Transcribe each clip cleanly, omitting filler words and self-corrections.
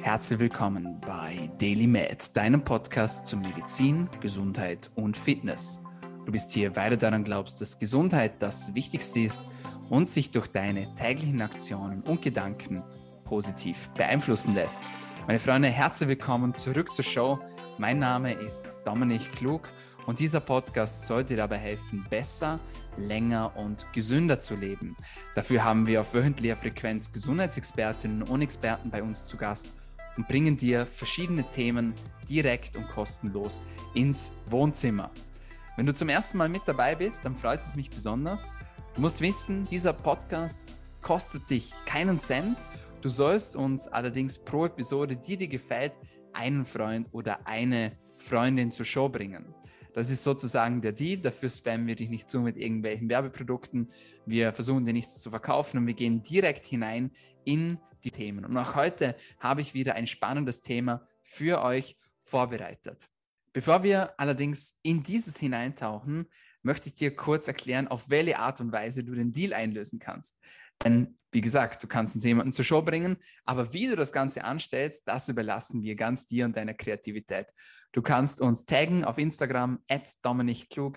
Herzlich willkommen bei Daily Med, deinem Podcast zu Medizin, Gesundheit und Fitness. Du bist hier, weil du daran glaubst, dass Gesundheit das Wichtigste ist und sich durch deine täglichen Aktionen und Gedanken positiv beeinflussen lässt. Meine Freunde, herzlich willkommen zurück zur Show. Mein Name ist Dominik Klug und dieser Podcast soll dir dabei helfen, besser, länger und gesünder zu leben. Dafür haben wir auf wöchentlicher Frequenz Gesundheitsexpertinnen und Experten bei uns zu Gast und bringen dir verschiedene Themen direkt und kostenlos ins Wohnzimmer. Wenn du zum ersten Mal mit dabei bist, dann freut es mich besonders. Du musst wissen, dieser Podcast kostet dich keinen Cent. Du sollst uns allerdings pro Episode, die dir gefällt, einen Freund oder eine Freundin zur Show bringen. Das ist sozusagen der Deal. Dafür spammen wir dich nicht zu mit irgendwelchen Werbeprodukten. Wir versuchen dir nichts zu verkaufen und wir gehen direkt hinein in die Themen. Und auch heute habe ich wieder ein spannendes Thema für euch vorbereitet. Bevor wir allerdings in dieses hineintauchen, möchte ich dir kurz erklären, auf welche Art und Weise du den Deal einlösen kannst. Denn, wie gesagt, du kannst uns jemanden zur Show bringen, aber wie du das Ganze anstellst, das überlassen wir ganz dir und deiner Kreativität. Du kannst uns taggen auf Instagram @DominikKlug,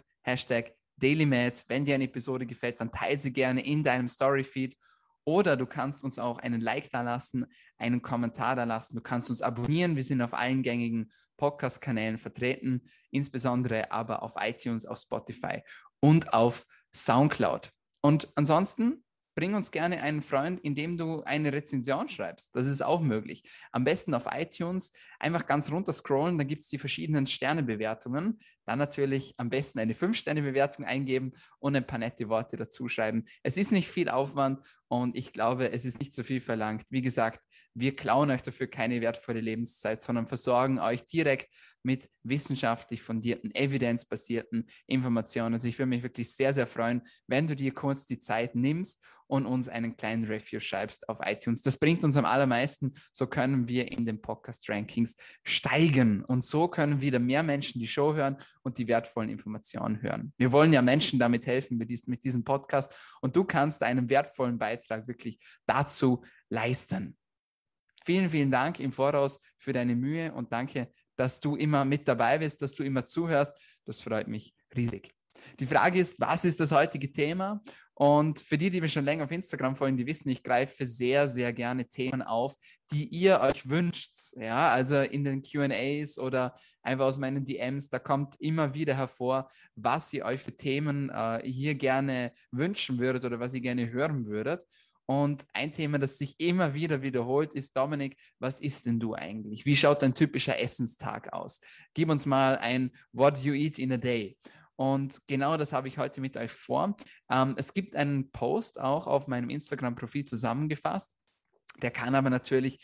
#DailyMed. Wenn dir eine Episode gefällt, dann teile sie gerne in deinem Storyfeed. Oder du kannst uns auch einen Like da lassen, einen Kommentar da lassen. Du kannst uns abonnieren. Wir sind auf allen gängigen Podcast-Kanälen vertreten, insbesondere aber auf iTunes, auf Spotify und auf SoundCloud. Und ansonsten bring uns gerne einen Freund, indem du eine Rezension schreibst. Das ist auch möglich. Am besten auf iTunes einfach ganz runter scrollen, dann gibt es die verschiedenen Sternebewertungen. Dann natürlich am besten eine 5-Sterne-Bewertung eingeben und ein paar nette Worte dazu schreiben. Es ist nicht viel Aufwand und ich glaube, es ist nicht so viel verlangt. Wie gesagt, wir klauen euch dafür keine wertvolle Lebenszeit, sondern versorgen euch direkt mit wissenschaftlich fundierten, evidenzbasierten Informationen. Also ich würde mich wirklich sehr, sehr freuen, wenn du dir kurz die Zeit nimmst und uns einen kleinen Review schreibst auf iTunes. Das bringt uns am allermeisten. So können wir in den Podcast-Rankings steigen und so können wieder mehr Menschen die Show hören und die wertvollen Informationen hören. Wir wollen ja Menschen damit helfen mit diesem Podcast und du kannst einen wertvollen Beitrag wirklich dazu leisten. Vielen, vielen Dank im Voraus für deine Mühe und danke, dass du immer mit dabei bist, dass du immer zuhörst. Das freut mich riesig. Die Frage ist, was ist das heutige Thema? Und für die mir schon länger auf Instagram folgen, die wissen, ich greife sehr, sehr gerne Themen auf, die ihr euch wünscht. Ja, also in den Q&As oder einfach aus meinen DMs, da kommt immer wieder hervor, was ihr euch für Themen hier gerne wünschen würdet oder was ihr gerne hören würdet. Und ein Thema, das sich immer wieder wiederholt, ist: Dominik, was isst denn du eigentlich? Wie schaut ein typischer Essenstag aus? Gib uns mal ein What you eat in a day. Und genau das habe ich heute mit euch vor. Es gibt einen Post auch auf meinem Instagram-Profil zusammengefasst. Der kann aber natürlich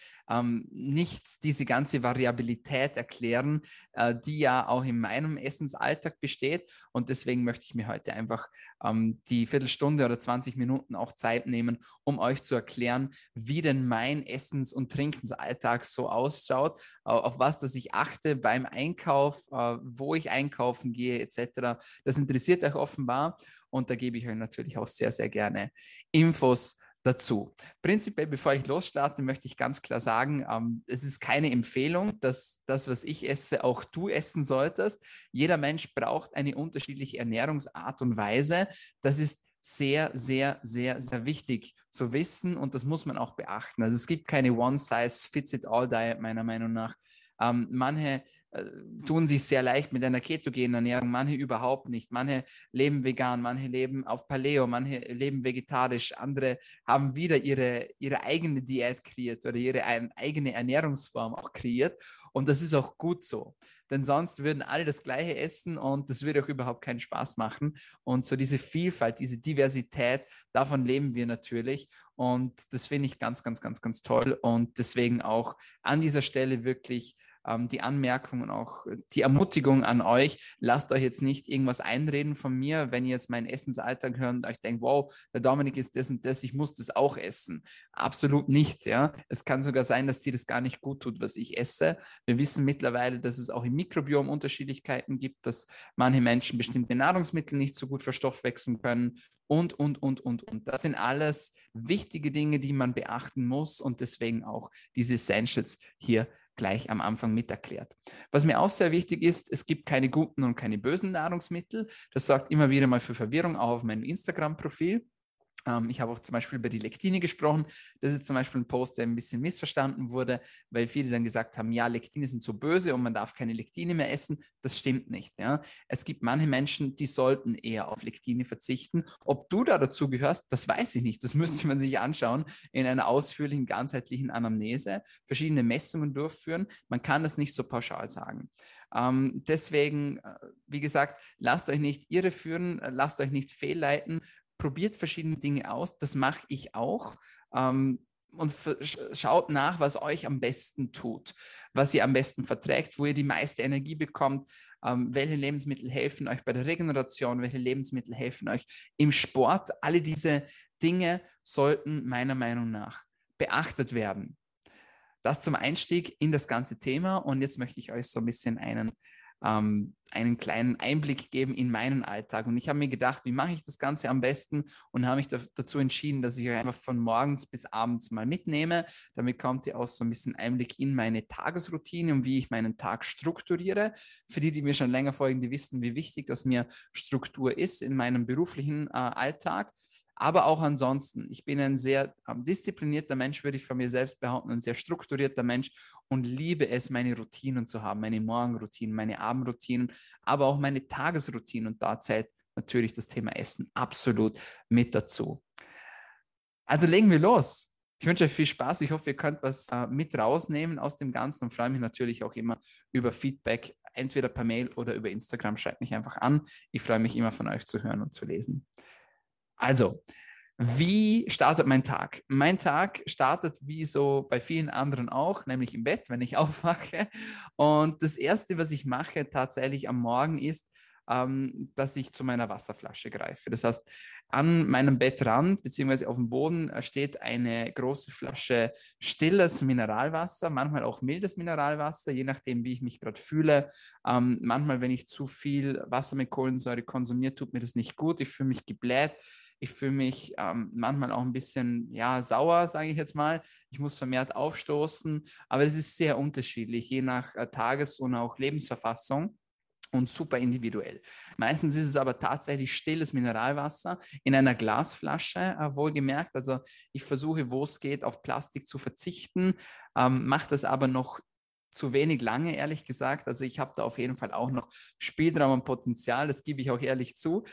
nicht diese ganze Variabilität erklären, die ja auch in meinem Essensalltag besteht. Und deswegen möchte ich mir heute einfach die Viertelstunde oder 20 Minuten auch Zeit nehmen, um euch zu erklären, wie denn mein Essens- und Trinkensalltag so ausschaut, auf was dass ich achte beim Einkauf, wo ich einkaufen gehe etc. Das interessiert euch offenbar und da gebe ich euch natürlich auch sehr, sehr gerne Infos dazu. Prinzipiell, bevor ich losstarte, möchte ich ganz klar sagen, es ist keine Empfehlung, dass das, was ich esse, auch du essen solltest. Jeder Mensch braucht eine unterschiedliche Ernährungsart und Weise. Das ist sehr, sehr, sehr, sehr wichtig zu wissen und das muss man auch beachten. Also es gibt keine One-Size-Fits-it-all-Diet meiner Meinung nach. Manche tun sich sehr leicht mit einer ketogenen Ernährung, manche überhaupt nicht. Manche leben vegan, manche leben auf Paleo, manche leben vegetarisch, andere haben wieder ihre eigene Diät kreiert oder ihre eigene Ernährungsform auch kreiert. Und das ist auch gut so. Denn sonst würden alle das Gleiche essen und das würde auch überhaupt keinen Spaß machen. Und so diese Vielfalt, diese Diversität, davon leben wir natürlich. Und das finde ich ganz, ganz, ganz, ganz toll. Und deswegen auch an dieser Stelle wirklich die Anmerkung und auch die Ermutigung an euch, lasst euch jetzt nicht irgendwas einreden von mir, wenn ihr jetzt meinen Essensalltag hört und euch denkt, wow, der Dominik ist das und das, ich muss das auch essen. Absolut nicht, ja. Es kann sogar sein, dass dir das gar nicht gut tut, was ich esse. Wir wissen mittlerweile, dass es auch im Mikrobiom Unterschiedlichkeiten gibt, dass manche Menschen bestimmte Nahrungsmittel nicht so gut verstoffwechseln können und. Das sind alles wichtige Dinge, die man beachten muss und deswegen auch diese Essentials hier gleich am Anfang mit erklärt. Was mir auch sehr wichtig ist, es gibt keine guten und keine bösen Nahrungsmittel. Das sorgt immer wieder mal für Verwirrung, auch auf meinem Instagram-Profil. Ich habe auch zum Beispiel über die Lektine gesprochen. Das ist zum Beispiel ein Post, der ein bisschen missverstanden wurde, weil viele dann gesagt haben, ja, Lektine sind so böse und man darf keine Lektine mehr essen. Das stimmt nicht. Ja. Es gibt manche Menschen, die sollten eher auf Lektine verzichten. Ob du da dazu gehörst, das weiß ich nicht. Das müsste man sich anschauen in einer ausführlichen, ganzheitlichen Anamnese, verschiedene Messungen durchführen. Man kann das nicht so pauschal sagen. Deswegen, wie gesagt, lasst euch nicht irreführen, lasst euch nicht fehlleiten, probiert verschiedene Dinge aus, das mache ich auch. Und schaut nach, was euch am besten tut, was ihr am besten verträgt, wo ihr die meiste Energie bekommt, welche Lebensmittel helfen euch bei der Regeneration, welche Lebensmittel helfen euch im Sport. Alle diese Dinge sollten meiner Meinung nach beachtet werden. Das zum Einstieg in das ganze Thema und jetzt möchte ich euch so ein bisschen einen kleinen Einblick geben in meinen Alltag. Und ich habe mir gedacht, wie mache ich das Ganze am besten und habe mich dazu entschieden, dass ich euch einfach von morgens bis abends mal mitnehme. Damit kommt ihr auch so ein bisschen Einblick in meine Tagesroutine und wie ich meinen Tag strukturiere. Für die, die mir schon länger folgen, die wissen, wie wichtig das mir Struktur ist in meinem beruflichen Alltag. Aber auch ansonsten, ich bin ein sehr disziplinierter Mensch, würde ich von mir selbst behaupten, ein sehr strukturierter Mensch und liebe es, meine Routinen zu haben, meine Morgenroutinen, meine Abendroutinen, aber auch meine Tagesroutinen. Und da zählt natürlich das Thema Essen absolut mit dazu. Also legen wir los. Ich wünsche euch viel Spaß. Ich hoffe, ihr könnt was mit rausnehmen aus dem Ganzen und freue mich natürlich auch immer über Feedback, entweder per Mail oder über Instagram. Schreibt mich einfach an. Ich freue mich immer von euch zu hören und zu lesen. Also, wie startet mein Tag? Mein Tag startet wie so bei vielen anderen auch, nämlich im Bett, wenn ich aufwache. Und das Erste, was ich mache tatsächlich am Morgen ist, dass ich zu meiner Wasserflasche greife. Das heißt, an meinem Bettrand bzw. auf dem Boden steht eine große Flasche stilles Mineralwasser, manchmal auch mildes Mineralwasser, je nachdem, wie ich mich gerade fühle. Manchmal, wenn ich zu viel Wasser mit Kohlensäure konsumiere, tut mir das nicht gut. Ich fühle mich gebläht. Ich fühle mich manchmal auch ein bisschen sauer, sage ich jetzt mal. Ich muss vermehrt aufstoßen, aber es ist sehr unterschiedlich, je nach Tages- und auch Lebensverfassung und super individuell. Meistens ist es aber tatsächlich stilles Mineralwasser in einer Glasflasche, wohlgemerkt. Also ich versuche, wo es geht, auf Plastik zu verzichten, mache das aber noch zu wenig lange, ehrlich gesagt. Also ich habe da auf jeden Fall auch noch Spielraum und Potenzial, das gebe ich auch ehrlich zu.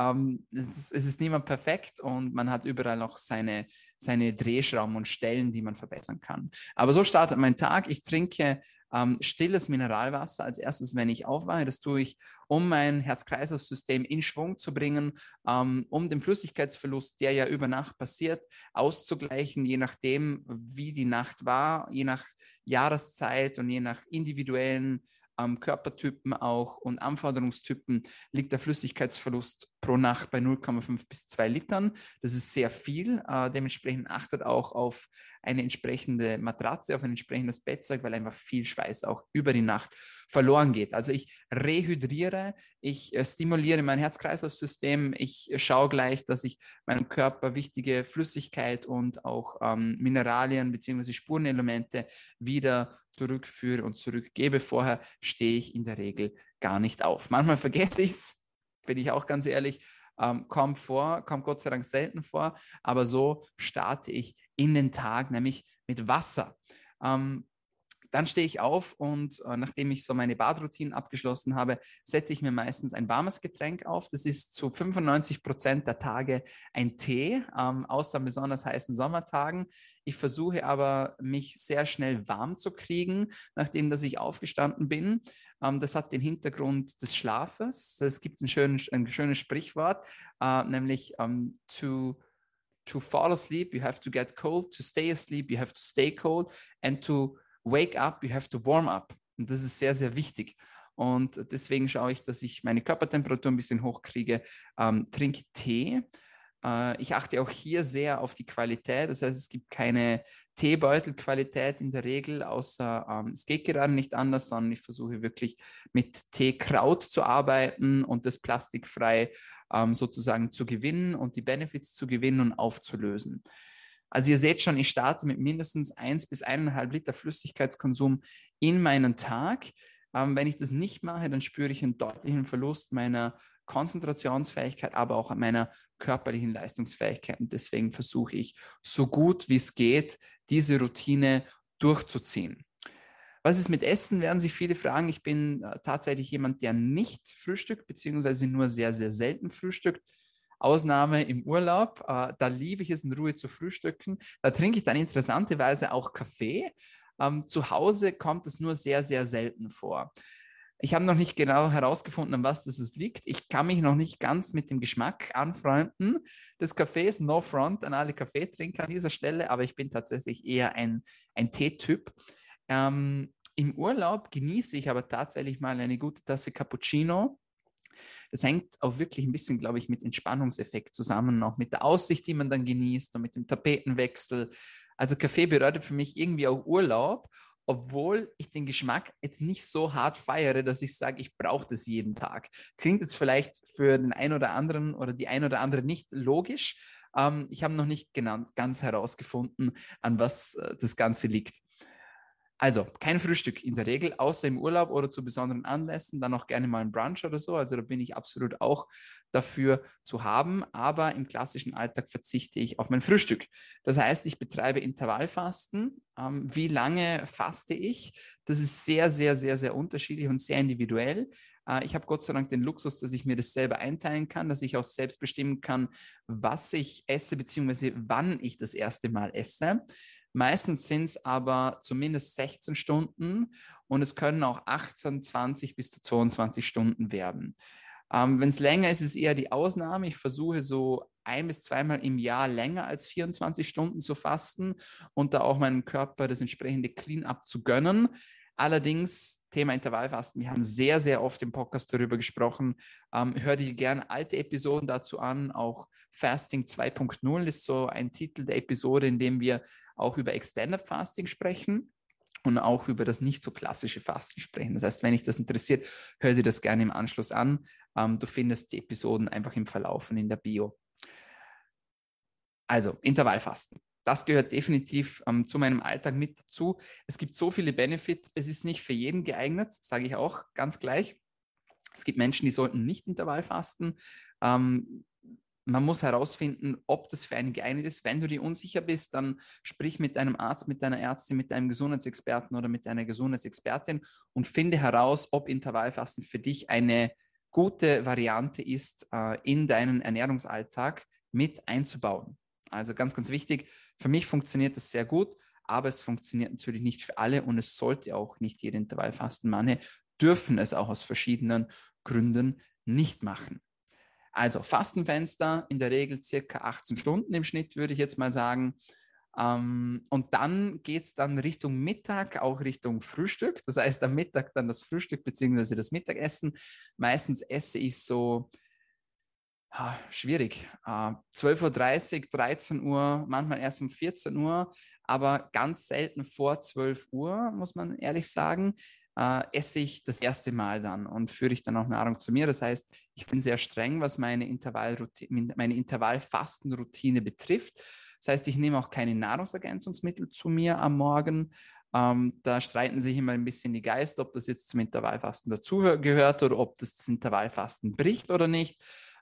Es ist niemand perfekt und man hat überall noch seine Drehschrauben und Stellen, die man verbessern kann. Aber so startet mein Tag. Ich trinke stilles Mineralwasser als erstes, wenn ich aufwache. Das tue ich, um mein Herz-Kreislauf-System in Schwung zu bringen, um den Flüssigkeitsverlust, der ja über Nacht passiert, auszugleichen, je nachdem, wie die Nacht war, je nach Jahreszeit und je nach individuellen Körpertypen auch und Anforderungstypen liegt der Flüssigkeitsverlust pro Nacht bei 0,5 bis 2 Litern. Das ist sehr viel. Dementsprechend achtet auch auf eine entsprechende Matratze, auf ein entsprechendes Bettzeug, weil einfach viel Schweiß auch über die Nacht verloren geht. Also ich rehydriere, ich stimuliere mein Herz-Kreislauf-System, ich schaue gleich, dass ich meinem Körper wichtige Flüssigkeit und auch Mineralien bzw. Spurenelemente wieder zurückführe und zurückgebe. Vorher stehe ich in der Regel gar nicht auf. Manchmal vergesse ich es, bin ich auch ganz ehrlich, kommt Gott sei Dank selten vor, aber so starte ich in den Tag, nämlich mit Wasser. Dann stehe ich auf und nachdem ich so meine Badroutinen abgeschlossen habe, setze ich mir meistens ein warmes Getränk auf. Das ist zu 95% der Tage ein Tee, außer an besonders heißen Sommertagen. Ich versuche aber, mich sehr schnell warm zu kriegen, nachdem dass ich aufgestanden bin. Das hat den Hintergrund des Schlafes. Es gibt ein schönes Sprichwort, nämlich to fall asleep, you have to get cold. To stay asleep, you have to stay cold. And to wake up, you have to warm up. Und das ist sehr, sehr wichtig. Und deswegen schaue ich, dass ich meine Körpertemperatur ein bisschen hochkriege, trinke Tee. Ich achte auch hier sehr auf die Qualität. Das heißt, es gibt keine Teebeutelqualität in der Regel, außer es geht gerade nicht anders, sondern ich versuche wirklich mit Teekraut zu arbeiten und das plastikfrei sozusagen zu gewinnen und die Benefits zu gewinnen und aufzulösen. Also ihr seht schon, ich starte mit mindestens 1 bis 1,5 Liter Flüssigkeitskonsum in meinen Tag. Wenn ich das nicht mache, dann spüre ich einen deutlichen Verlust meiner Konzentrationsfähigkeit, aber auch meiner körperlichen Leistungsfähigkeit. Und deswegen versuche ich, so gut wie es geht, diese Routine durchzuziehen. Was ist mit Essen, werden sich viele fragen. Ich bin tatsächlich jemand, der nicht frühstückt, beziehungsweise nur sehr, sehr selten frühstückt. Ausnahme im Urlaub, da liebe ich es, in Ruhe zu frühstücken. Da trinke ich dann interessanterweise auch Kaffee. Zu Hause kommt es nur sehr, sehr selten vor. Ich habe noch nicht genau herausgefunden, an was das liegt. Ich kann mich noch nicht ganz mit dem Geschmack anfreunden des Kaffees. No front an alle Kaffeetrinker an dieser Stelle, aber ich bin tatsächlich eher ein Teetyp. Im Urlaub genieße ich aber tatsächlich mal eine gute Tasse Cappuccino. Das hängt auch wirklich ein bisschen, glaube ich, mit Entspannungseffekt zusammen, auch mit der Aussicht, die man dann genießt und mit dem Tapetenwechsel. Also Kaffee bedeutet für mich irgendwie auch Urlaub, obwohl ich den Geschmack jetzt nicht so hart feiere, dass ich sage, ich brauche das jeden Tag. Klingt jetzt vielleicht für den einen oder anderen oder die ein oder andere nicht logisch. Ich habe noch nicht ganz herausgefunden, an was das Ganze liegt. Also kein Frühstück in der Regel, außer im Urlaub oder zu besonderen Anlässen, dann auch gerne mal ein Brunch oder so. Also da bin ich absolut auch dafür zu haben, aber im klassischen Alltag verzichte ich auf mein Frühstück. Das heißt, ich betreibe Intervallfasten. Wie lange faste ich? Das ist sehr, sehr, sehr, sehr unterschiedlich und sehr individuell. Ich habe Gott sei Dank den Luxus, dass ich mir das selber einteilen kann, dass ich auch selbst bestimmen kann, was ich esse, beziehungsweise wann ich das erste Mal esse. Meistens sind es aber zumindest 16 Stunden und es können auch 18, 20 bis zu 22 Stunden werden. Wenn es länger ist, ist es eher die Ausnahme. Ich versuche so 1 bis 2 Mal im Jahr länger als 24 Stunden zu fasten und da auch meinem Körper das entsprechende Clean-up zu gönnen. Allerdings, Thema Intervallfasten, wir haben sehr, sehr oft im Podcast darüber gesprochen. Hör dir gerne alte Episoden dazu an. Auch Fasting 2.0 ist so ein Titel der Episode, in dem wir auch über Extended Fasting sprechen und auch über das nicht so klassische Fasten sprechen. Das heißt, wenn dich das interessiert, hör dir das gerne im Anschluss an. Du findest die Episoden einfach im Verlauf und in der Bio. Also, Intervallfasten. Das gehört definitiv zu meinem Alltag mit dazu. Es gibt so viele Benefits. Es ist nicht für jeden geeignet, sage ich auch ganz gleich. Es gibt Menschen, die sollten nicht Intervallfasten. Man muss herausfinden, ob das für einen geeignet ist. Wenn du dir unsicher bist, dann sprich mit deinem Arzt, mit deiner Ärztin, mit deinem Gesundheitsexperten oder mit deiner Gesundheitsexpertin und finde heraus, ob Intervallfasten für dich eine gute Variante ist, in deinen Ernährungsalltag mit einzubauen. Also ganz, ganz wichtig, für mich funktioniert das sehr gut, aber es funktioniert natürlich nicht für alle und es sollte auch nicht jeder Intervallfasten. Manche dürfen es auch aus verschiedenen Gründen nicht machen. Also Fastenfenster in der Regel circa 18 Stunden im Schnitt, würde ich jetzt mal sagen. Und dann geht es dann Richtung Mittag, auch Richtung Frühstück. Das heißt, am Mittag dann das Frühstück bzw. das Mittagessen. Meistens esse ich so, schwierig, 12:30 Uhr, 13 Uhr, manchmal erst um 14 Uhr, aber ganz selten vor 12 Uhr, muss man ehrlich sagen, esse ich das erste Mal dann und führe ich dann auch Nahrung zu mir. Das heißt, ich bin sehr streng, was meine Intervallfastenroutine betrifft. Das heißt, ich nehme auch keine Nahrungsergänzungsmittel zu mir am Morgen. Da streiten sich immer ein bisschen die Geister, ob das jetzt zum Intervallfasten dazugehört oder ob das Intervallfasten bricht oder nicht.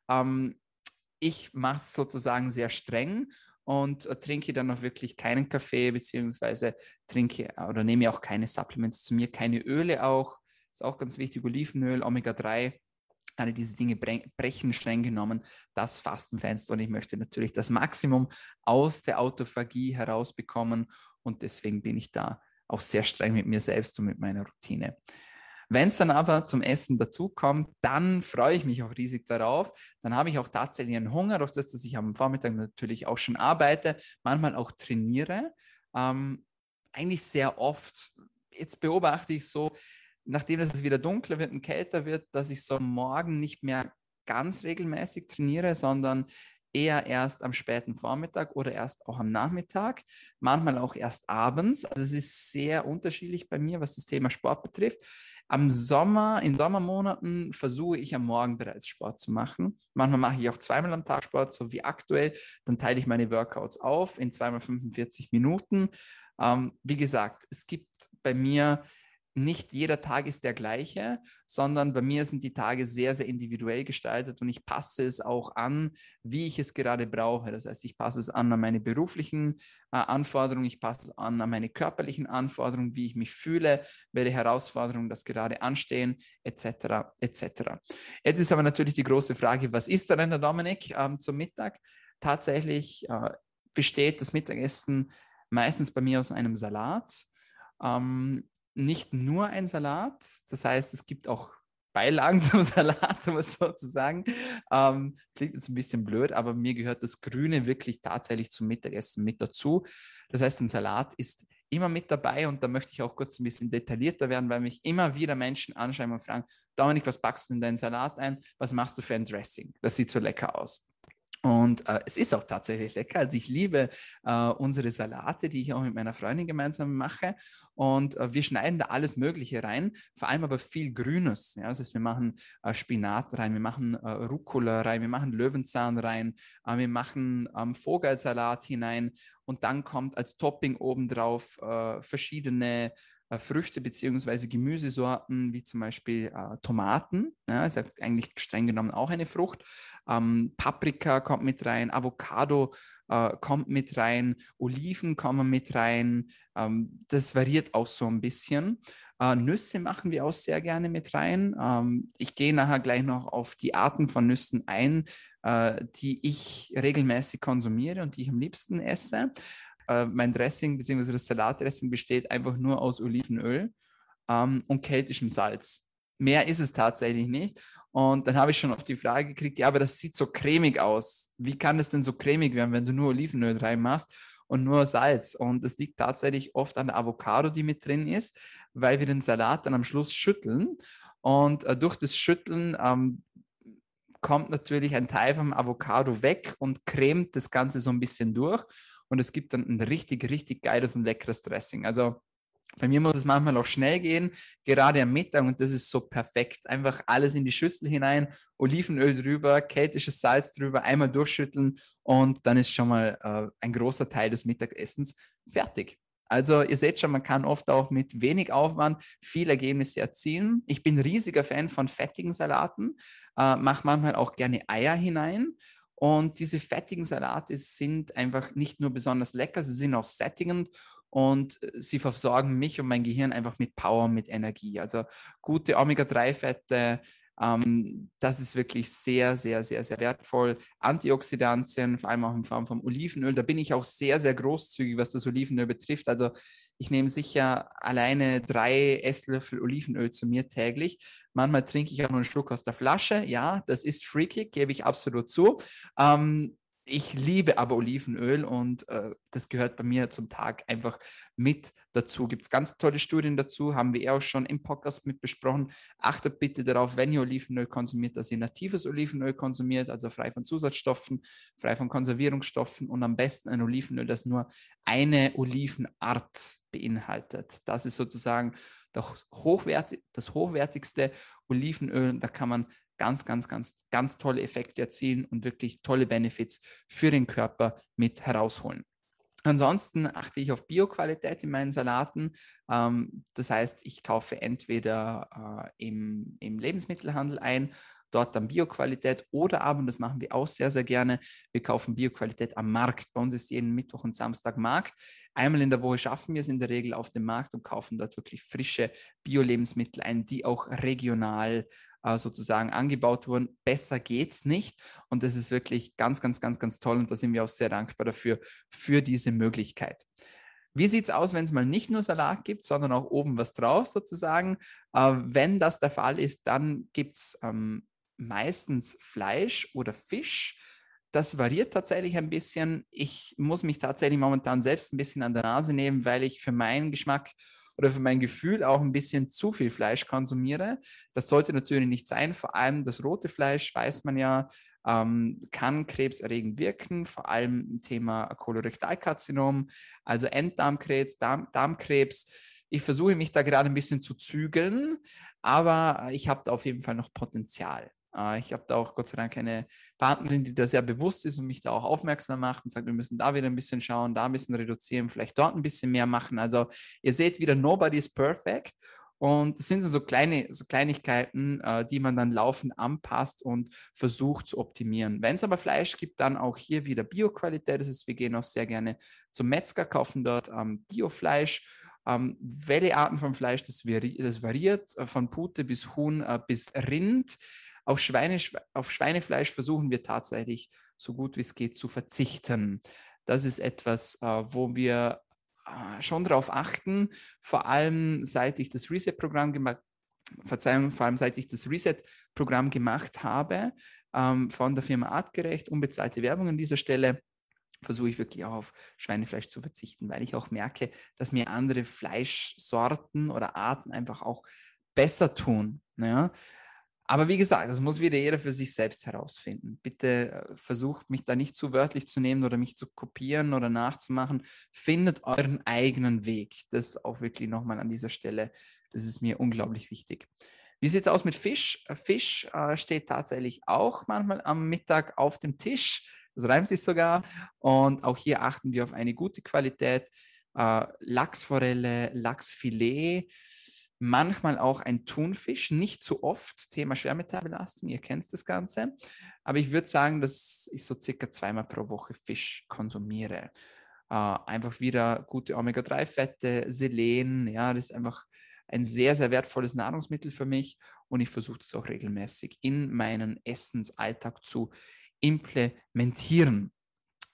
Ich mache es sozusagen sehr streng und trinke dann auch wirklich keinen Kaffee, beziehungsweise trinke oder nehme auch keine Supplements zu mir, keine Öle auch. Ist auch ganz wichtig, Olivenöl, Omega-3. Alle diese Dinge brechen streng genommen das Fastenfenster und ich möchte natürlich das Maximum aus der Autophagie herausbekommen und deswegen bin ich da auch sehr streng mit mir selbst und mit meiner Routine. Wenn es dann aber zum Essen dazukommt, dann freue ich mich auch riesig darauf. Dann habe ich auch tatsächlich einen Hunger, durch das, dass ich am Vormittag natürlich auch schon arbeite, manchmal auch trainiere. Eigentlich sehr oft. Jetzt beobachte ich so, nachdem es wieder dunkler wird und kälter wird, dass ich so morgen nicht mehr ganz regelmäßig trainiere, sondern eher erst am späten Vormittag oder erst auch am Nachmittag, manchmal auch erst abends. Also es ist sehr unterschiedlich bei mir, was das Thema Sport betrifft. In Sommermonaten versuche ich am Morgen bereits Sport zu machen. Manchmal mache ich auch zweimal am Tag Sport, so wie aktuell. Dann teile ich meine Workouts auf in zweimal 45 Minuten. Wie gesagt, es gibt bei mir nicht jeder Tag ist der gleiche, sondern bei mir sind die Tage sehr, sehr individuell gestaltet und ich passe es auch an, wie ich es gerade brauche. Das heißt, ich passe es an meine beruflichen Anforderungen, ich passe es an meine körperlichen Anforderungen, wie ich mich fühle, welche Herausforderungen das gerade anstehen, etc. etc. Jetzt ist aber natürlich die große Frage, was isst denn der Dominik zum Mittag? Tatsächlich besteht das Mittagessen meistens bei mir aus einem Salat. Ähm, nicht nur ein Salat, das heißt, es gibt auch Beilagen zum Salat, um es so zu sagen. Klingt jetzt ein bisschen blöd, aber mir gehört das Grüne wirklich tatsächlich zum Mittagessen mit dazu. Das heißt, ein Salat ist immer mit dabei und da möchte ich auch kurz ein bisschen detaillierter werden, weil mich immer wieder Menschen anschreiben und fragen, Dominik, was packst du in deinen Salat ein? Was machst du für ein Dressing? Das sieht so lecker aus. Und es ist auch tatsächlich lecker. Also ich liebe unsere Salate, die ich auch mit meiner Freundin gemeinsam mache. Und wir schneiden da alles Mögliche rein, vor allem aber viel Grünes. Ja? Das heißt, wir machen Spinat rein, wir machen Rucola rein, wir machen Löwenzahn rein, wir machen Vogelsalat hinein und dann kommt als Topping obendrauf verschiedene Früchte bzw. Gemüsesorten, wie zum Beispiel Tomaten. Ja, ist ja eigentlich streng genommen auch eine Frucht. Paprika kommt mit rein, Avocado kommt mit rein, Oliven kommen mit rein. Das variiert auch so ein bisschen. Nüsse machen wir auch sehr gerne mit rein. Ich gehe nachher gleich noch auf die Arten von Nüssen ein, die ich regelmäßig konsumiere und die ich am liebsten esse. Mein Dressing bzw. das Salatdressing besteht einfach nur aus Olivenöl und keltischem Salz. Mehr ist es tatsächlich nicht. Und dann habe ich schon oft die Frage gekriegt, ja, aber das sieht so cremig aus. Wie kann das denn so cremig werden, wenn du nur Olivenöl reinmachst und nur Salz? Und das liegt tatsächlich oft an der Avocado, die mit drin ist, weil wir den Salat dann am Schluss schütteln. Und durch das Schütteln kommt natürlich ein Teil vom Avocado weg und cremt das Ganze so ein bisschen durch. Und es gibt dann ein richtig, richtig geiles und leckeres Dressing. Also bei mir muss es manchmal auch schnell gehen, gerade am Mittag und das ist so perfekt. Einfach alles in die Schüssel hinein, Olivenöl drüber, keltisches Salz drüber, einmal durchschütteln und dann ist schon mal ein großer Teil des Mittagessens fertig. Also ihr seht schon, man kann oft auch mit wenig Aufwand viel Ergebnisse erzielen. Ich bin riesiger Fan von fettigen Salaten, mache manchmal auch gerne Eier hinein. Und diese fettigen Salate sind einfach nicht nur besonders lecker, sie sind auch sättigend und sie versorgen mich und mein Gehirn einfach mit Power, mit Energie. Also gute Omega-3-Fette, das ist wirklich sehr, sehr, sehr, sehr wertvoll. Antioxidantien, vor allem auch in Form von Olivenöl, da bin ich auch sehr, sehr großzügig, was das Olivenöl betrifft. Also ich nehme sicher alleine 3 Esslöffel Olivenöl zu mir täglich. Manchmal trinke ich auch nur einen Schluck aus der Flasche. Ja, das ist freaky, gebe ich absolut zu. Ich liebe aber Olivenöl und das gehört bei mir zum Tag einfach mit dazu. Gibt es ganz tolle Studien dazu, haben wir auch schon im Podcast mit besprochen. Achtet bitte darauf, wenn ihr Olivenöl konsumiert, dass ihr natives Olivenöl konsumiert, also frei von Zusatzstoffen, frei von Konservierungsstoffen und am besten ein Olivenöl, das nur eine Olivenart beinhaltet. Das ist sozusagen das hochwertigste Olivenöl. Da kann man ganz, ganz, ganz, ganz tolle Effekte erzielen und wirklich tolle Benefits für den Körper mit herausholen. Ansonsten achte ich auf Bioqualität in meinen Salaten. Das heißt, ich kaufe entweder im Lebensmittelhandel ein, dort dann Bioqualität oder aber, und das machen wir auch sehr, sehr gerne, wir kaufen Bioqualität am Markt. Bei uns ist jeden Mittwoch und Samstag Markt. Einmal in der Woche schaffen wir es in der Regel auf dem Markt und kaufen dort wirklich frische Bio-Lebensmittel ein, die auch regional sozusagen angebaut wurden. Besser geht's nicht. Und das ist wirklich ganz, ganz, ganz, ganz toll. Und da sind wir auch sehr dankbar dafür, für diese Möglichkeit. Wie sieht es aus, wenn es mal nicht nur Salat gibt, sondern auch oben was drauf sozusagen? Wenn das der Fall ist, dann gibt es meistens Fleisch oder Fisch. Das variiert tatsächlich ein bisschen. Ich muss mich tatsächlich momentan selbst ein bisschen an der Nase nehmen, weil ich für meinen Geschmack oder für mein Gefühl auch ein bisschen zu viel Fleisch konsumiere. Das sollte natürlich nicht sein. Vor allem das rote Fleisch, weiß man ja, kann krebserregend wirken, vor allem im Thema Kolorektalkarzinom, also Enddarmkrebs, Darmkrebs. Ich versuche mich da gerade ein bisschen zu zügeln, aber ich habe da auf jeden Fall noch Potenzial. Ich habe da auch Gott sei Dank eine Partnerin, die da sehr bewusst ist und mich da auch aufmerksam macht und sagt, wir müssen da wieder ein bisschen schauen, da ein bisschen reduzieren, vielleicht dort ein bisschen mehr machen. Also ihr seht wieder, nobody is perfect. Und das sind so Kleinigkeiten, die man dann laufend anpasst und versucht zu optimieren. Wenn es aber Fleisch gibt, dann auch hier wieder Bio-Qualität. Das ist, wir gehen auch sehr gerne zum Metzger, kaufen dort Biofleisch. Welche Arten von Fleisch, das variiert von Pute bis Huhn bis Rind. Auf Schweinefleisch versuchen wir tatsächlich so gut wie es geht zu verzichten. Das ist etwas, wo wir schon darauf achten, vor allem seit ich das Reset-Programm gemacht habe, von der Firma Artgerecht, unbezahlte Werbung an dieser Stelle, versuche ich wirklich auch auf Schweinefleisch zu verzichten, weil ich auch merke, dass mir andere Fleischsorten oder Arten einfach auch besser tun. Ja? Aber wie gesagt, das muss wieder jeder für sich selbst herausfinden. Bitte versucht mich da nicht zu wörtlich zu nehmen oder mich zu kopieren oder nachzumachen. Findet euren eigenen Weg. Das auch wirklich nochmal an dieser Stelle. Das ist mir unglaublich wichtig. Wie sieht es aus mit Fisch? Fisch steht tatsächlich auch manchmal am Mittag auf dem Tisch. Das reimt sich sogar. Und auch hier achten wir auf eine gute Qualität. Lachsforelle, Lachsfilet, manchmal auch ein Thunfisch, nicht so oft, Thema Schwermetallbelastung, ihr kennt das Ganze, aber ich würde sagen, dass ich so circa 2-mal pro Woche Fisch konsumiere. Einfach wieder gute Omega-3-Fette, Selen, ja, das ist einfach ein sehr, sehr wertvolles Nahrungsmittel für mich und ich versuche das auch regelmäßig in meinen Essensalltag zu implementieren.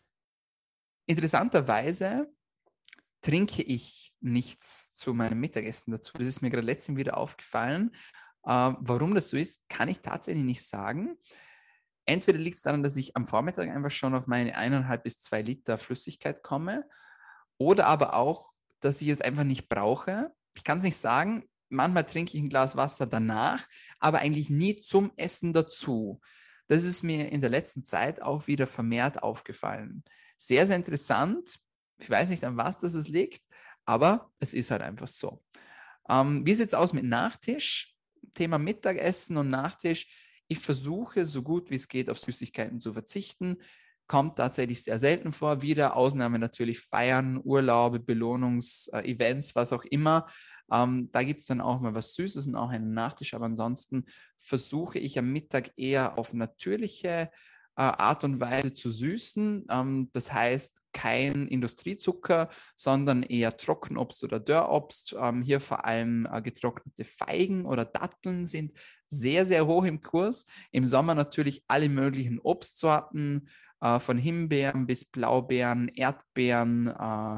Interessanterweise trinke ich nichts zu meinem Mittagessen dazu. Das ist mir gerade letztens wieder aufgefallen. Warum das so ist, kann ich tatsächlich nicht sagen. Entweder liegt es daran, dass ich am Vormittag einfach schon auf meine 1,5 bis 2 Liter Flüssigkeit komme oder aber auch, dass ich es einfach nicht brauche. Ich kann es nicht sagen. Manchmal trinke ich ein Glas Wasser danach, aber eigentlich nie zum Essen dazu. Das ist mir in der letzten Zeit auch wieder vermehrt aufgefallen. Sehr, sehr interessant. Ich weiß nicht, an was das liegt, aber es ist halt einfach so. Wie sieht es aus mit Nachtisch? Thema Mittagessen und Nachtisch. Ich versuche, so gut wie es geht, auf Süßigkeiten zu verzichten. Kommt tatsächlich sehr selten vor. Wieder Ausnahme natürlich Feiern, Urlaube, Belohnungsevents, was auch immer. Da gibt es dann auch mal was Süßes und auch einen Nachtisch. Aber ansonsten versuche ich am Mittag eher auf natürliche Art und Weise zu süßen. Das heißt, kein Industriezucker, sondern eher Trockenobst oder Dörrobst. Hier vor allem getrocknete Feigen oder Datteln sind sehr, sehr hoch im Kurs. Im Sommer natürlich alle möglichen Obstsorten, von Himbeeren bis Blaubeeren, Erdbeeren,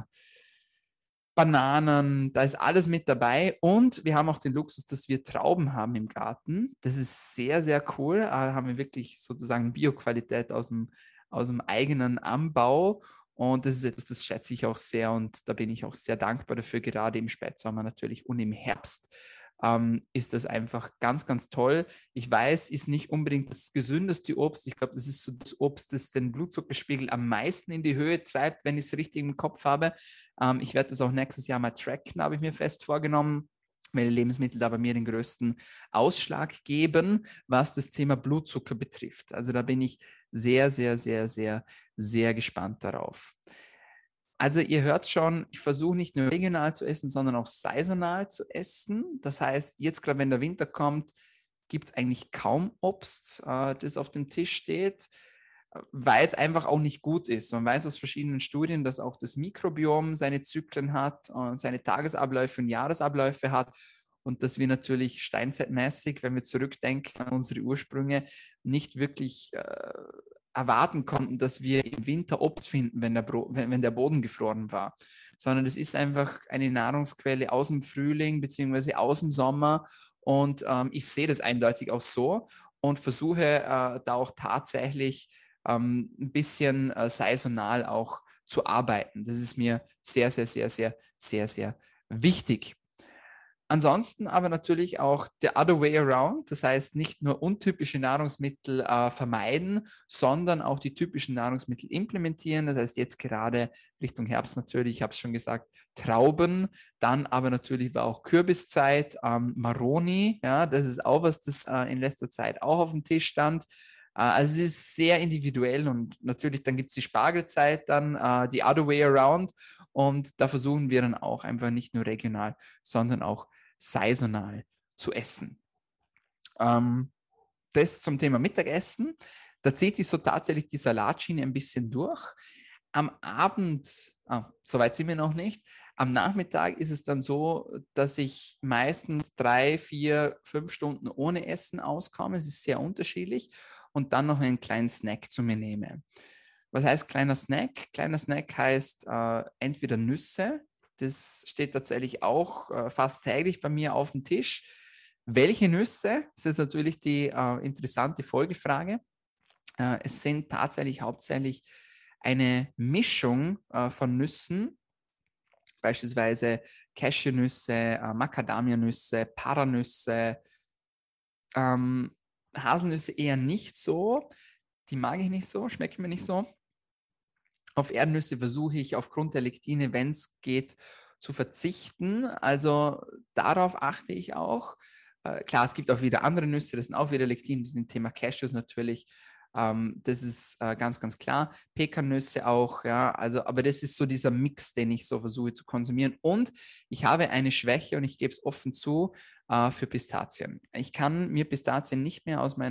Bananen, da ist alles mit dabei. Und wir haben auch den Luxus, dass wir Trauben haben im Garten. Das ist sehr, sehr cool. Da haben wir wirklich sozusagen Bioqualität aus dem eigenen Anbau. Und das ist etwas, das schätze ich auch sehr und da bin ich auch sehr dankbar dafür, gerade im Spätsommer natürlich und im Herbst. Ist das einfach ganz, ganz toll. Ich weiß, ist nicht unbedingt das gesündeste Obst. Ich glaube, das ist so das Obst, das den Blutzuckerspiegel am meisten in die Höhe treibt, wenn ich es richtig im Kopf habe. Ich werde das auch nächstes Jahr mal tracken, habe ich mir fest vorgenommen, weil Lebensmittel da bei mir den größten Ausschlag geben, was das Thema Blutzucker betrifft. Also da bin ich sehr, sehr, sehr, sehr, sehr gespannt darauf. Also ihr hört schon, ich versuche nicht nur regional zu essen, sondern auch saisonal zu essen. Das heißt, jetzt gerade wenn der Winter kommt, gibt es eigentlich kaum Obst, das auf dem Tisch steht, weil es einfach auch nicht gut ist. Man weiß aus verschiedenen Studien, dass auch das Mikrobiom seine Zyklen hat und seine Tagesabläufe und Jahresabläufe hat und dass wir natürlich steinzeitmäßig, wenn wir zurückdenken an unsere Ursprünge, nicht wirklich erwarten konnten, dass wir im Winter Obst finden, wenn der Boden gefroren war, sondern es ist einfach eine Nahrungsquelle aus dem Frühling bzw. aus dem Sommer und ich sehe das eindeutig auch so und versuche da auch tatsächlich ein bisschen saisonal auch zu arbeiten. Das ist mir sehr, sehr, sehr, sehr, sehr, sehr wichtig. Ansonsten aber natürlich auch the other way around, das heißt nicht nur untypische Nahrungsmittel vermeiden, sondern auch die typischen Nahrungsmittel implementieren. Das heißt jetzt gerade Richtung Herbst natürlich, ich habe es schon gesagt, Trauben, dann aber natürlich war auch Kürbiszeit, Maroni, ja, das ist auch was, das in letzter Zeit auch auf dem Tisch stand. Also es ist sehr individuell und natürlich dann gibt es die Spargelzeit, dann die other way around und da versuchen wir dann auch einfach nicht nur regional, sondern auch saisonal zu essen. Das zum Thema Mittagessen. Da zieht sich so tatsächlich die Salatschiene ein bisschen durch. Am Abend, soweit sind wir noch nicht, am Nachmittag ist es dann so, dass ich meistens 3, 4, 5 Stunden ohne Essen auskomme. Es ist sehr unterschiedlich und dann noch einen kleinen Snack zu mir nehme. Was heißt kleiner Snack? Kleiner Snack heißt entweder Nüsse. Das steht tatsächlich auch fast täglich bei mir auf dem Tisch. Welche Nüsse? Das ist natürlich die interessante Folgefrage. Es sind tatsächlich hauptsächlich eine Mischung von Nüssen, beispielsweise Cashewnüsse, Macadamianüsse, Paranüsse, Haselnüsse eher nicht so. Die mag ich nicht so, schmecken mir nicht so. Auf Erdnüsse versuche ich aufgrund der Lektine, wenn es geht, zu verzichten. Also darauf achte ich auch. Klar, es gibt auch wieder andere Nüsse, das sind auch wieder Lektine, dem Thema Cashews natürlich. Das ist ganz, ganz klar. Pekannüsse auch, ja. Also, aber das ist so dieser Mix, den ich so versuche zu konsumieren. Und ich habe eine Schwäche und ich gebe es offen zu für Pistazien. Ich kann mir Pistazien nicht mehr aus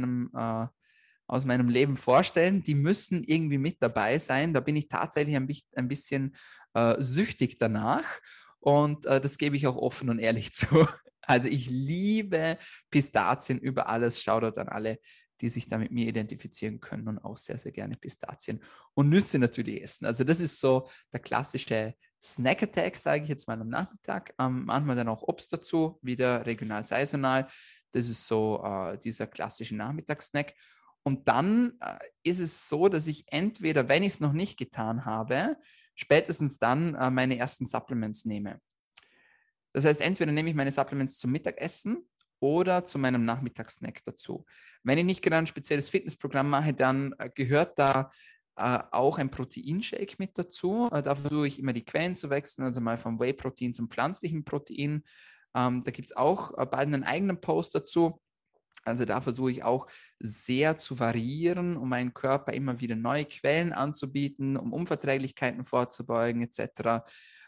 meinem Leben vorstellen. Die müssen irgendwie mit dabei sein. Da bin ich tatsächlich ein bisschen süchtig danach. Und das gebe ich auch offen und ehrlich zu. Also ich liebe Pistazien über alles. Shoutout an alle, die sich da mit mir identifizieren können und auch sehr, sehr gerne Pistazien und Nüsse natürlich essen. Also das ist so der klassische Snack-Attack, sage ich jetzt mal am Nachmittag. Manchmal dann auch Obst dazu, wieder regional saisonal. Das ist so dieser klassische Nachmittagssnack. Und dann ist es so, dass ich entweder, wenn ich es noch nicht getan habe, spätestens dann meine ersten Supplements nehme. Das heißt, entweder nehme ich meine Supplements zum Mittagessen oder zu meinem Nachmittagssnack dazu. Wenn ich nicht gerade ein spezielles Fitnessprogramm mache, dann gehört da auch ein Proteinshake mit dazu. Da versuche ich immer die Quellen zu wechseln, also mal vom Whey-Protein zum pflanzlichen Protein. Da gibt es auch bald einen eigenen Post dazu. Also da versuche ich auch sehr zu variieren, um meinem Körper immer wieder neue Quellen anzubieten, um Unverträglichkeiten vorzubeugen etc.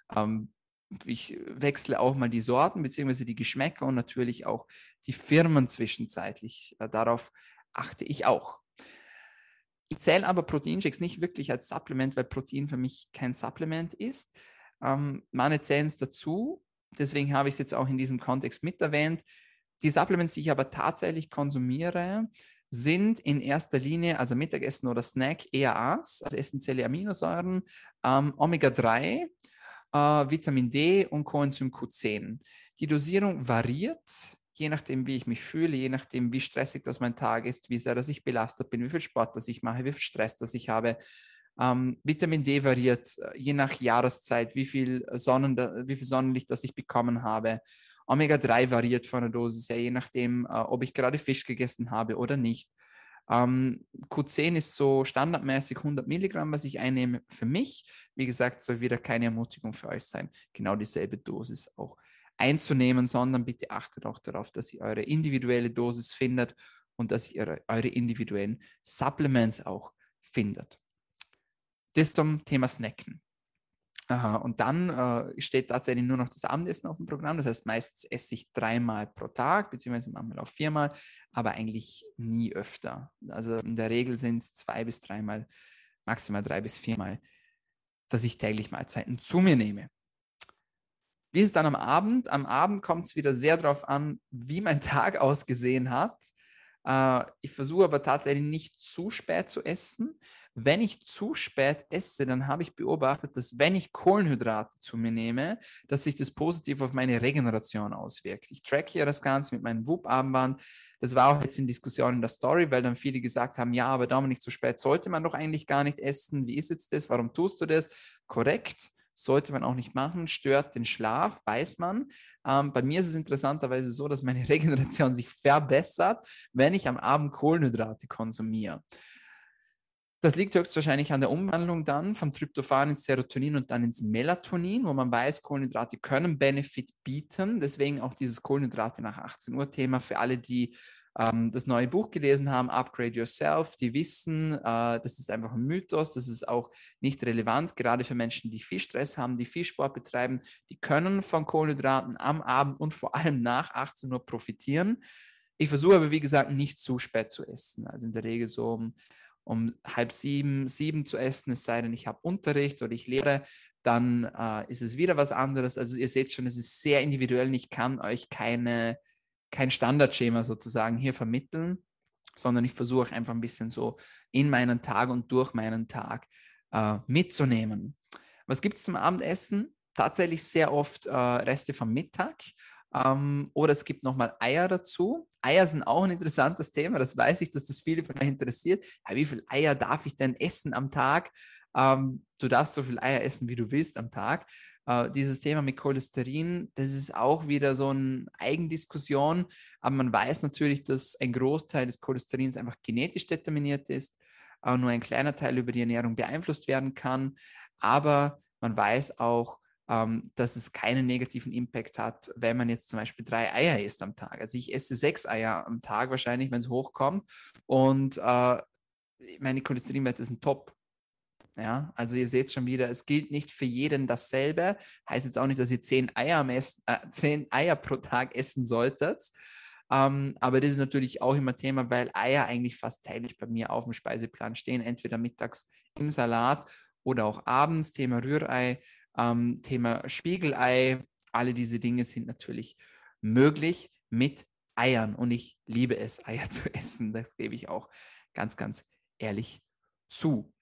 Ich wechsle auch mal die Sorten bzw. die Geschmäcker und natürlich auch die Firmen zwischenzeitlich. Darauf achte ich auch. Ich zähle aber Proteinshakes nicht wirklich als Supplement, weil Protein für mich kein Supplement ist. Manche zählen es dazu, deswegen habe ich es jetzt auch in diesem Kontext mit erwähnt. Die Supplements, die ich aber tatsächlich konsumiere, sind in erster Linie, also Mittagessen oder Snack, EAAs, also essentielle Aminosäuren, Omega-3, Vitamin D und Coenzym Q10. Die Dosierung variiert, je nachdem, wie ich mich fühle, je nachdem, wie stressig das mein Tag ist, wie sehr dass ich belastet bin, wie viel Sport das ich mache, wie viel Stress das ich habe. Vitamin D variiert je nach Jahreszeit, wie viel Sonnenlicht das ich bekommen habe. Omega-3 variiert von der Dosis her, je nachdem, ob ich gerade Fisch gegessen habe oder nicht. Q10 ist so standardmäßig 100 Milligramm, was ich einnehme für mich. Wie gesagt, soll wieder keine Ermutigung für euch sein, genau dieselbe Dosis auch einzunehmen, sondern bitte achtet auch darauf, dass ihr eure individuelle Dosis findet und dass ihr eure individuellen Supplements auch findet. Das zum Thema Snacken. Und dann steht tatsächlich nur noch das Abendessen auf dem Programm. Das heißt, meistens esse ich 3-mal pro Tag, beziehungsweise manchmal auch 4-mal, aber eigentlich nie öfter. Also in der Regel sind es 2 bis 3-mal, maximal 3 bis 4-mal, dass ich täglich Mahlzeiten zu mir nehme. Wie ist es dann am Abend? Am Abend kommt es wieder sehr darauf an, wie mein Tag ausgesehen hat. Ich versuche aber tatsächlich nicht zu spät zu essen. Wenn ich zu spät esse, dann habe ich beobachtet, dass wenn ich Kohlenhydrate zu mir nehme, dass sich das positiv auf meine Regeneration auswirkt. Ich tracke ja das Ganze mit meinem Whoop-Armband. Das war auch jetzt in Diskussion in der Story, weil dann viele gesagt haben, ja, aber Dominik, zu spät sollte man doch eigentlich gar nicht essen. Wie ist jetzt das? Warum tust du das? Korrekt. sollte man auch nicht machen, stört den Schlaf, weiß man. Bei mir ist es interessanterweise so, dass meine Regeneration sich verbessert, wenn ich am Abend Kohlenhydrate konsumiere. Das liegt höchstwahrscheinlich an der Umwandlung dann vom Tryptophan ins Serotonin und dann ins Melatonin, wo man weiß, Kohlenhydrate können Benefit bieten. Deswegen auch dieses Kohlenhydrate nach 18 Uhr Thema für alle, die das neue Buch gelesen haben, Upgrade Yourself, die wissen, das ist einfach ein Mythos, das ist auch nicht relevant, gerade für Menschen, die viel Stress haben, die viel Sport betreiben, die können von Kohlenhydraten am Abend und vor allem nach 18 Uhr profitieren. Ich versuche aber, wie gesagt, nicht zu spät zu essen. Also in der Regel so um 6:30, 7 zu essen, es sei denn, ich habe Unterricht oder ich lehre, dann ist es wieder was anderes. Also ihr seht schon, es ist sehr individuell und ich kann euch kein Standardschema sozusagen hier vermitteln, sondern ich versuche einfach ein bisschen so in meinen Tag und durch meinen Tag mitzunehmen. Was gibt es zum Abendessen? Tatsächlich sehr oft Reste vom Mittag. Oder es gibt nochmal Eier dazu. Eier sind auch ein interessantes Thema, das weiß ich, dass das viele von euch interessiert. Ja, wie viele Eier darf ich denn essen am Tag? Du darfst so viele Eier essen, wie du willst am Tag. Dieses Thema mit Cholesterin, das ist auch wieder so eine Eigendiskussion, aber man weiß natürlich, dass ein Großteil des Cholesterins einfach genetisch determiniert ist, nur ein kleiner Teil über die Ernährung beeinflusst werden kann, aber man weiß auch, dass es keinen negativen Impact hat, wenn man jetzt zum Beispiel 3 Eier isst am Tag. Also ich esse 6 Eier am Tag wahrscheinlich, wenn es hochkommt und meine Cholesterinwerte sind top. Ja, also ihr seht schon wieder, es gilt nicht für jeden dasselbe. Heißt jetzt auch nicht, dass ihr 10 10 Eier pro Tag essen solltet. Aber das ist natürlich auch immer Thema, weil Eier eigentlich fast täglich bei mir auf dem Speiseplan stehen, entweder mittags im Salat oder auch abends. Thema Rührei, Thema Spiegelei. Alle diese Dinge sind natürlich möglich mit Eiern. Und ich liebe es, Eier zu essen. Das gebe ich auch ganz, ganz ehrlich zu.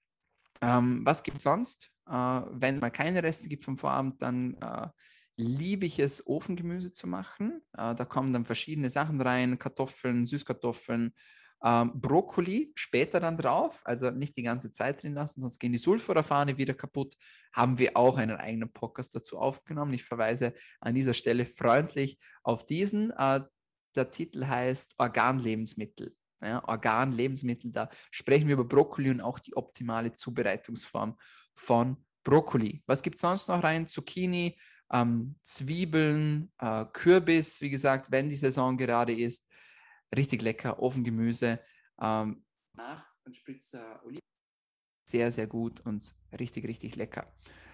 Was gibt es sonst? Wenn es mal keine Reste gibt vom Vorabend, dann liebe ich es, Ofengemüse zu machen. Da kommen dann verschiedene Sachen rein, Kartoffeln, Süßkartoffeln, Brokkoli später dann drauf, also nicht die ganze Zeit drin lassen, sonst gehen die Sulforafane wieder kaputt. Haben wir auch einen eigenen Podcast dazu aufgenommen. Ich verweise an dieser Stelle freundlich auf diesen. Der Titel heißt Organlebensmittel. Ja, Organlebensmittel, da sprechen wir über Brokkoli und auch die optimale Zubereitungsform von Brokkoli. Was gibt es sonst noch rein? Zucchini, Zwiebeln, Kürbis, wie gesagt, wenn die Saison gerade ist. Richtig lecker, Ofengemüse. Nach ein Spritzer Oliven. Sehr, sehr gut und richtig, richtig lecker.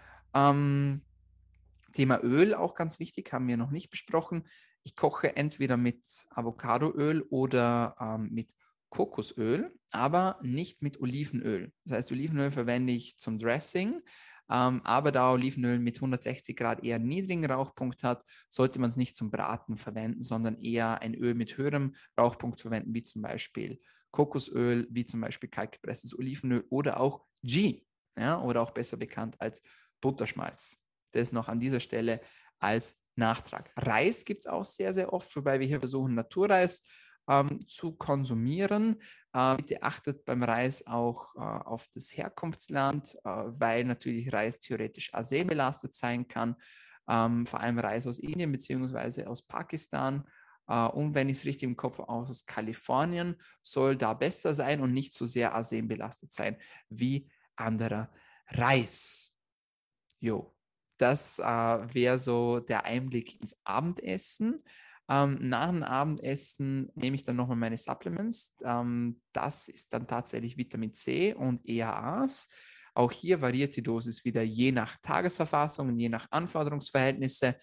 Thema Öl, auch ganz wichtig, haben wir noch nicht besprochen. Ich koche entweder mit Avocadoöl oder mit Kokosöl, aber nicht mit Olivenöl. Das heißt, Olivenöl verwende ich zum Dressing, aber da Olivenöl mit 160 Grad eher einen niedrigen Rauchpunkt hat, sollte man es nicht zum Braten verwenden, sondern eher ein Öl mit höherem Rauchpunkt verwenden, wie zum Beispiel Kokosöl, wie zum Beispiel kaltgepresstes Olivenöl oder auch Ghee, ja, oder auch besser bekannt als Butterschmalz. Das noch an dieser Stelle als Nachtrag. Reis gibt es auch sehr, sehr oft, wobei wir hier versuchen, Naturreis zu konsumieren. Bitte achtet beim Reis auch auf das Herkunftsland, weil natürlich Reis theoretisch arsenbelastet sein kann. Vor allem Reis aus Indien bzw. aus Pakistan. Und wenn ich es richtig im Kopf habe, aus Kalifornien, soll da besser sein und nicht so sehr arsenbelastet sein wie anderer Reis. Jo. Das wäre so der Einblick ins Abendessen. Nach dem Abendessen nehme ich dann nochmal meine Supplements. Das ist dann tatsächlich Vitamin C und EAAs. Auch hier variiert die Dosis wieder je nach Tagesverfassung und je nach Anforderungsverhältnisse.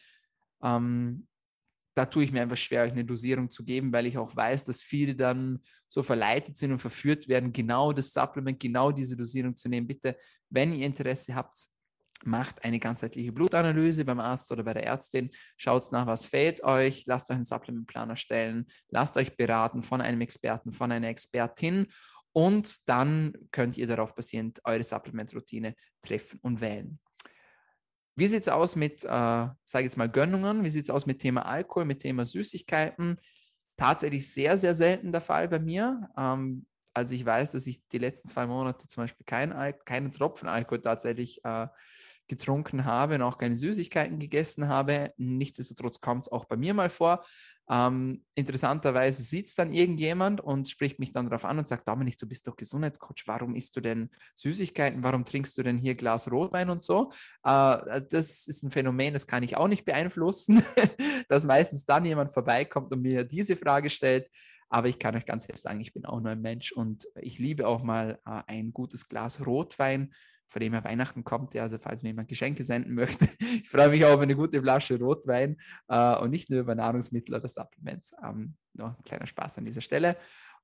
Da tue ich mir einfach schwer, euch eine Dosierung zu geben, weil ich auch weiß, dass viele dann so verleitet sind und verführt werden, genau das Supplement, genau diese Dosierung zu nehmen. Bitte, wenn ihr Interesse habt, macht eine ganzheitliche Blutanalyse beim Arzt oder bei der Ärztin, schaut nach, was fehlt euch, lasst euch einen Supplementplan erstellen, lasst euch beraten von einem Experten, von einer Expertin und dann könnt ihr darauf basierend eure Supplementroutine treffen und wählen. Wie sieht es aus mit, sage ich jetzt mal, Gönnungen? Wie sieht es aus mit Thema Alkohol, mit Thema Süßigkeiten? Tatsächlich sehr, sehr selten der Fall bei mir. Also ich weiß, dass ich die letzten 2 Monate zum Beispiel keinen Tropfen Alkohol tatsächlich getrunken habe und auch keine Süßigkeiten gegessen habe. Nichtsdestotrotz kommt es auch bei mir mal vor. Interessanterweise sieht es dann irgendjemand und spricht mich dann darauf an und sagt, Dominik, du bist doch Gesundheitscoach, warum isst du denn Süßigkeiten, warum trinkst du denn hier Glas Rotwein und so? Das ist ein Phänomen, das kann ich auch nicht beeinflussen, dass meistens dann jemand vorbeikommt und mir diese Frage stellt, aber ich kann euch ganz ehrlich sagen, ich bin auch nur ein Mensch und ich liebe auch mal ein gutes Glas Rotwein, von dem her Weihnachten kommt, ja, also falls mir jemand Geschenke senden möchte. Ich freue mich auch über eine gute Flasche Rotwein und nicht nur über Nahrungsmittel oder Supplements. Noch ein kleiner Spaß an dieser Stelle.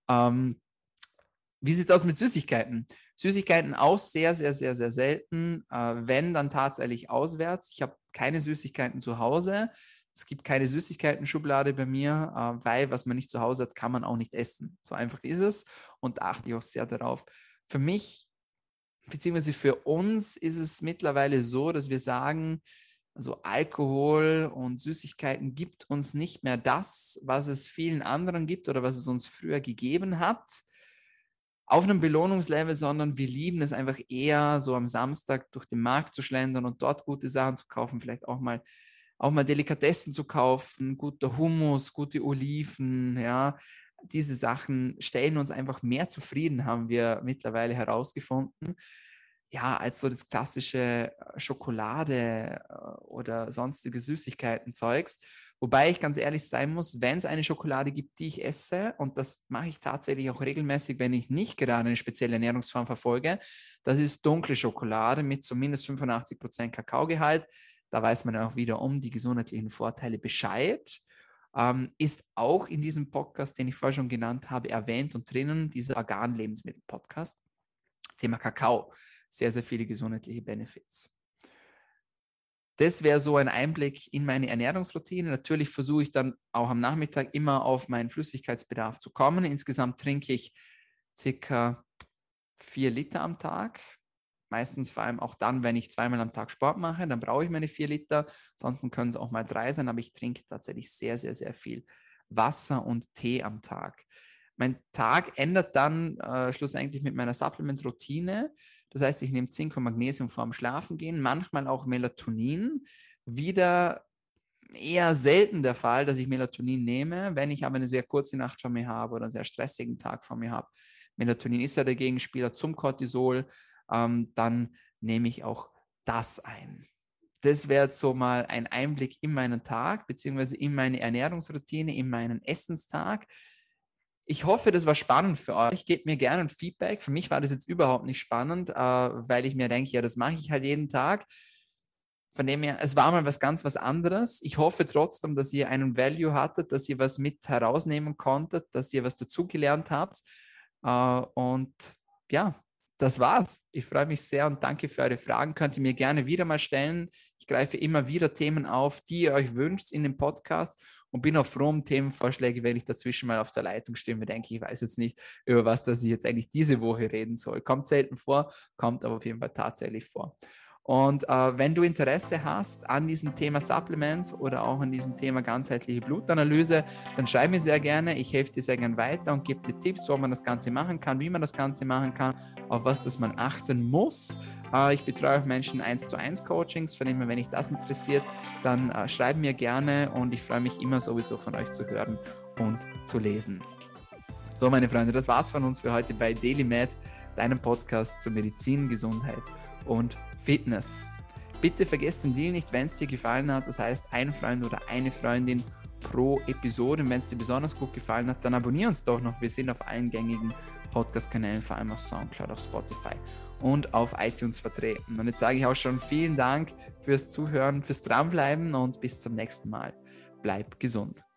Wie sieht es aus mit Süßigkeiten? Süßigkeiten auch sehr, sehr, sehr, sehr selten. Wenn, dann tatsächlich auswärts. Ich habe keine Süßigkeiten zu Hause. Es gibt keine Süßigkeiten-Schublade bei mir, weil was man nicht zu Hause hat, kann man auch nicht essen. So einfach ist es und da achte ich auch sehr darauf. Für mich beziehungsweise für uns ist es mittlerweile so, dass wir sagen, also Alkohol und Süßigkeiten gibt uns nicht mehr das, was es vielen anderen gibt oder was es uns früher gegeben hat, auf einem Belohnungslevel, sondern wir lieben es einfach eher, so am Samstag durch den Markt zu schlendern und dort gute Sachen zu kaufen, vielleicht auch mal Delikatessen zu kaufen, guter Hummus, gute Oliven, ja. Diese Sachen stellen uns einfach mehr zufrieden, haben wir mittlerweile herausgefunden, ja, als so das klassische Schokolade oder sonstige Süßigkeiten-Zeugs. Wobei ich ganz ehrlich sein muss, wenn es eine Schokolade gibt, die ich esse, und das mache ich tatsächlich auch regelmäßig, wenn ich nicht gerade eine spezielle Ernährungsform verfolge, das ist dunkle Schokolade mit zumindest 85% Kakaogehalt. Da weiß man auch wieder um die gesundheitlichen Vorteile Bescheid. Ist auch in diesem Podcast, den ich vorher schon genannt habe, erwähnt und drinnen, dieser Vegan-Lebensmittel-Podcast. Thema Kakao. Sehr, sehr viele gesundheitliche Benefits. Das wäre so ein Einblick in meine Ernährungsroutine. Natürlich versuche ich dann auch am Nachmittag immer auf meinen Flüssigkeitsbedarf zu kommen. Insgesamt trinke ich ca. 4 Liter am Tag. Meistens vor allem auch dann, wenn ich zweimal am Tag Sport mache, dann brauche ich meine 4 Liter. Ansonsten können es auch mal 3 sein, aber ich trinke tatsächlich sehr, sehr, sehr viel Wasser und Tee am Tag. Mein Tag ändert dann schlussendlich mit meiner Supplement-Routine. Das heißt, ich nehme Zink und Magnesium vorm Schlafengehen, manchmal auch Melatonin. Wieder eher selten der Fall, dass ich Melatonin nehme, wenn ich aber eine sehr kurze Nacht vor mir habe oder einen sehr stressigen Tag vor mir habe. Melatonin ist ja der Gegenspieler zum Cortisol. Dann nehme ich auch das ein. Das wäre jetzt so mal ein Einblick in meinen Tag, beziehungsweise in meine Ernährungsroutine, in meinen Essenstag. Ich hoffe, das war spannend für euch. Gebt mir gerne ein Feedback. Für mich war das jetzt überhaupt nicht spannend, weil ich mir denke, ja, das mache ich halt jeden Tag. Von dem her, es war mal was anderes. Ich hoffe trotzdem, dass ihr einen Value hattet, dass ihr was mit herausnehmen konntet, dass ihr was dazugelernt habt. Und ja, das war's. Ich freue mich sehr und danke für eure Fragen. Könnt ihr mir gerne wieder mal stellen. Ich greife immer wieder Themen auf, die ihr euch wünscht in dem Podcast und bin auch froh um Themenvorschläge, wenn ich dazwischen mal auf der Leitung stehe und mir denke, ich weiß jetzt nicht, über was dass ich jetzt eigentlich diese Woche reden soll. Kommt selten vor, kommt aber auf jeden Fall tatsächlich vor. Und wenn du Interesse hast an diesem Thema Supplements oder auch an diesem Thema ganzheitliche Blutanalyse, dann schreib mir sehr gerne. Ich helfe dir sehr gerne weiter und gebe dir Tipps, wo man das Ganze machen kann, wie man das Ganze machen kann, auf was das man achten muss. Ich betreue auch Menschen 1:1 Coachings, von dem her, wenn dich das interessiert, dann schreib mir gerne und ich freue mich immer sowieso von euch zu hören und zu lesen. So, meine Freunde, das war's von uns für heute bei DailyMed, deinem Podcast zur Medizin, Gesundheit und Fitness. Bitte vergesst den Deal nicht, wenn es dir gefallen hat. Das heißt, ein Freund oder eine Freundin pro Episode. Und wenn es dir besonders gut gefallen hat, dann abonniere uns doch noch. Wir sind auf allen gängigen Podcast-Kanälen, vor allem auf Soundcloud, auf Spotify und auf iTunes vertreten. Und jetzt sage ich auch schon vielen Dank fürs Zuhören, fürs Dranbleiben und bis zum nächsten Mal. Bleib gesund.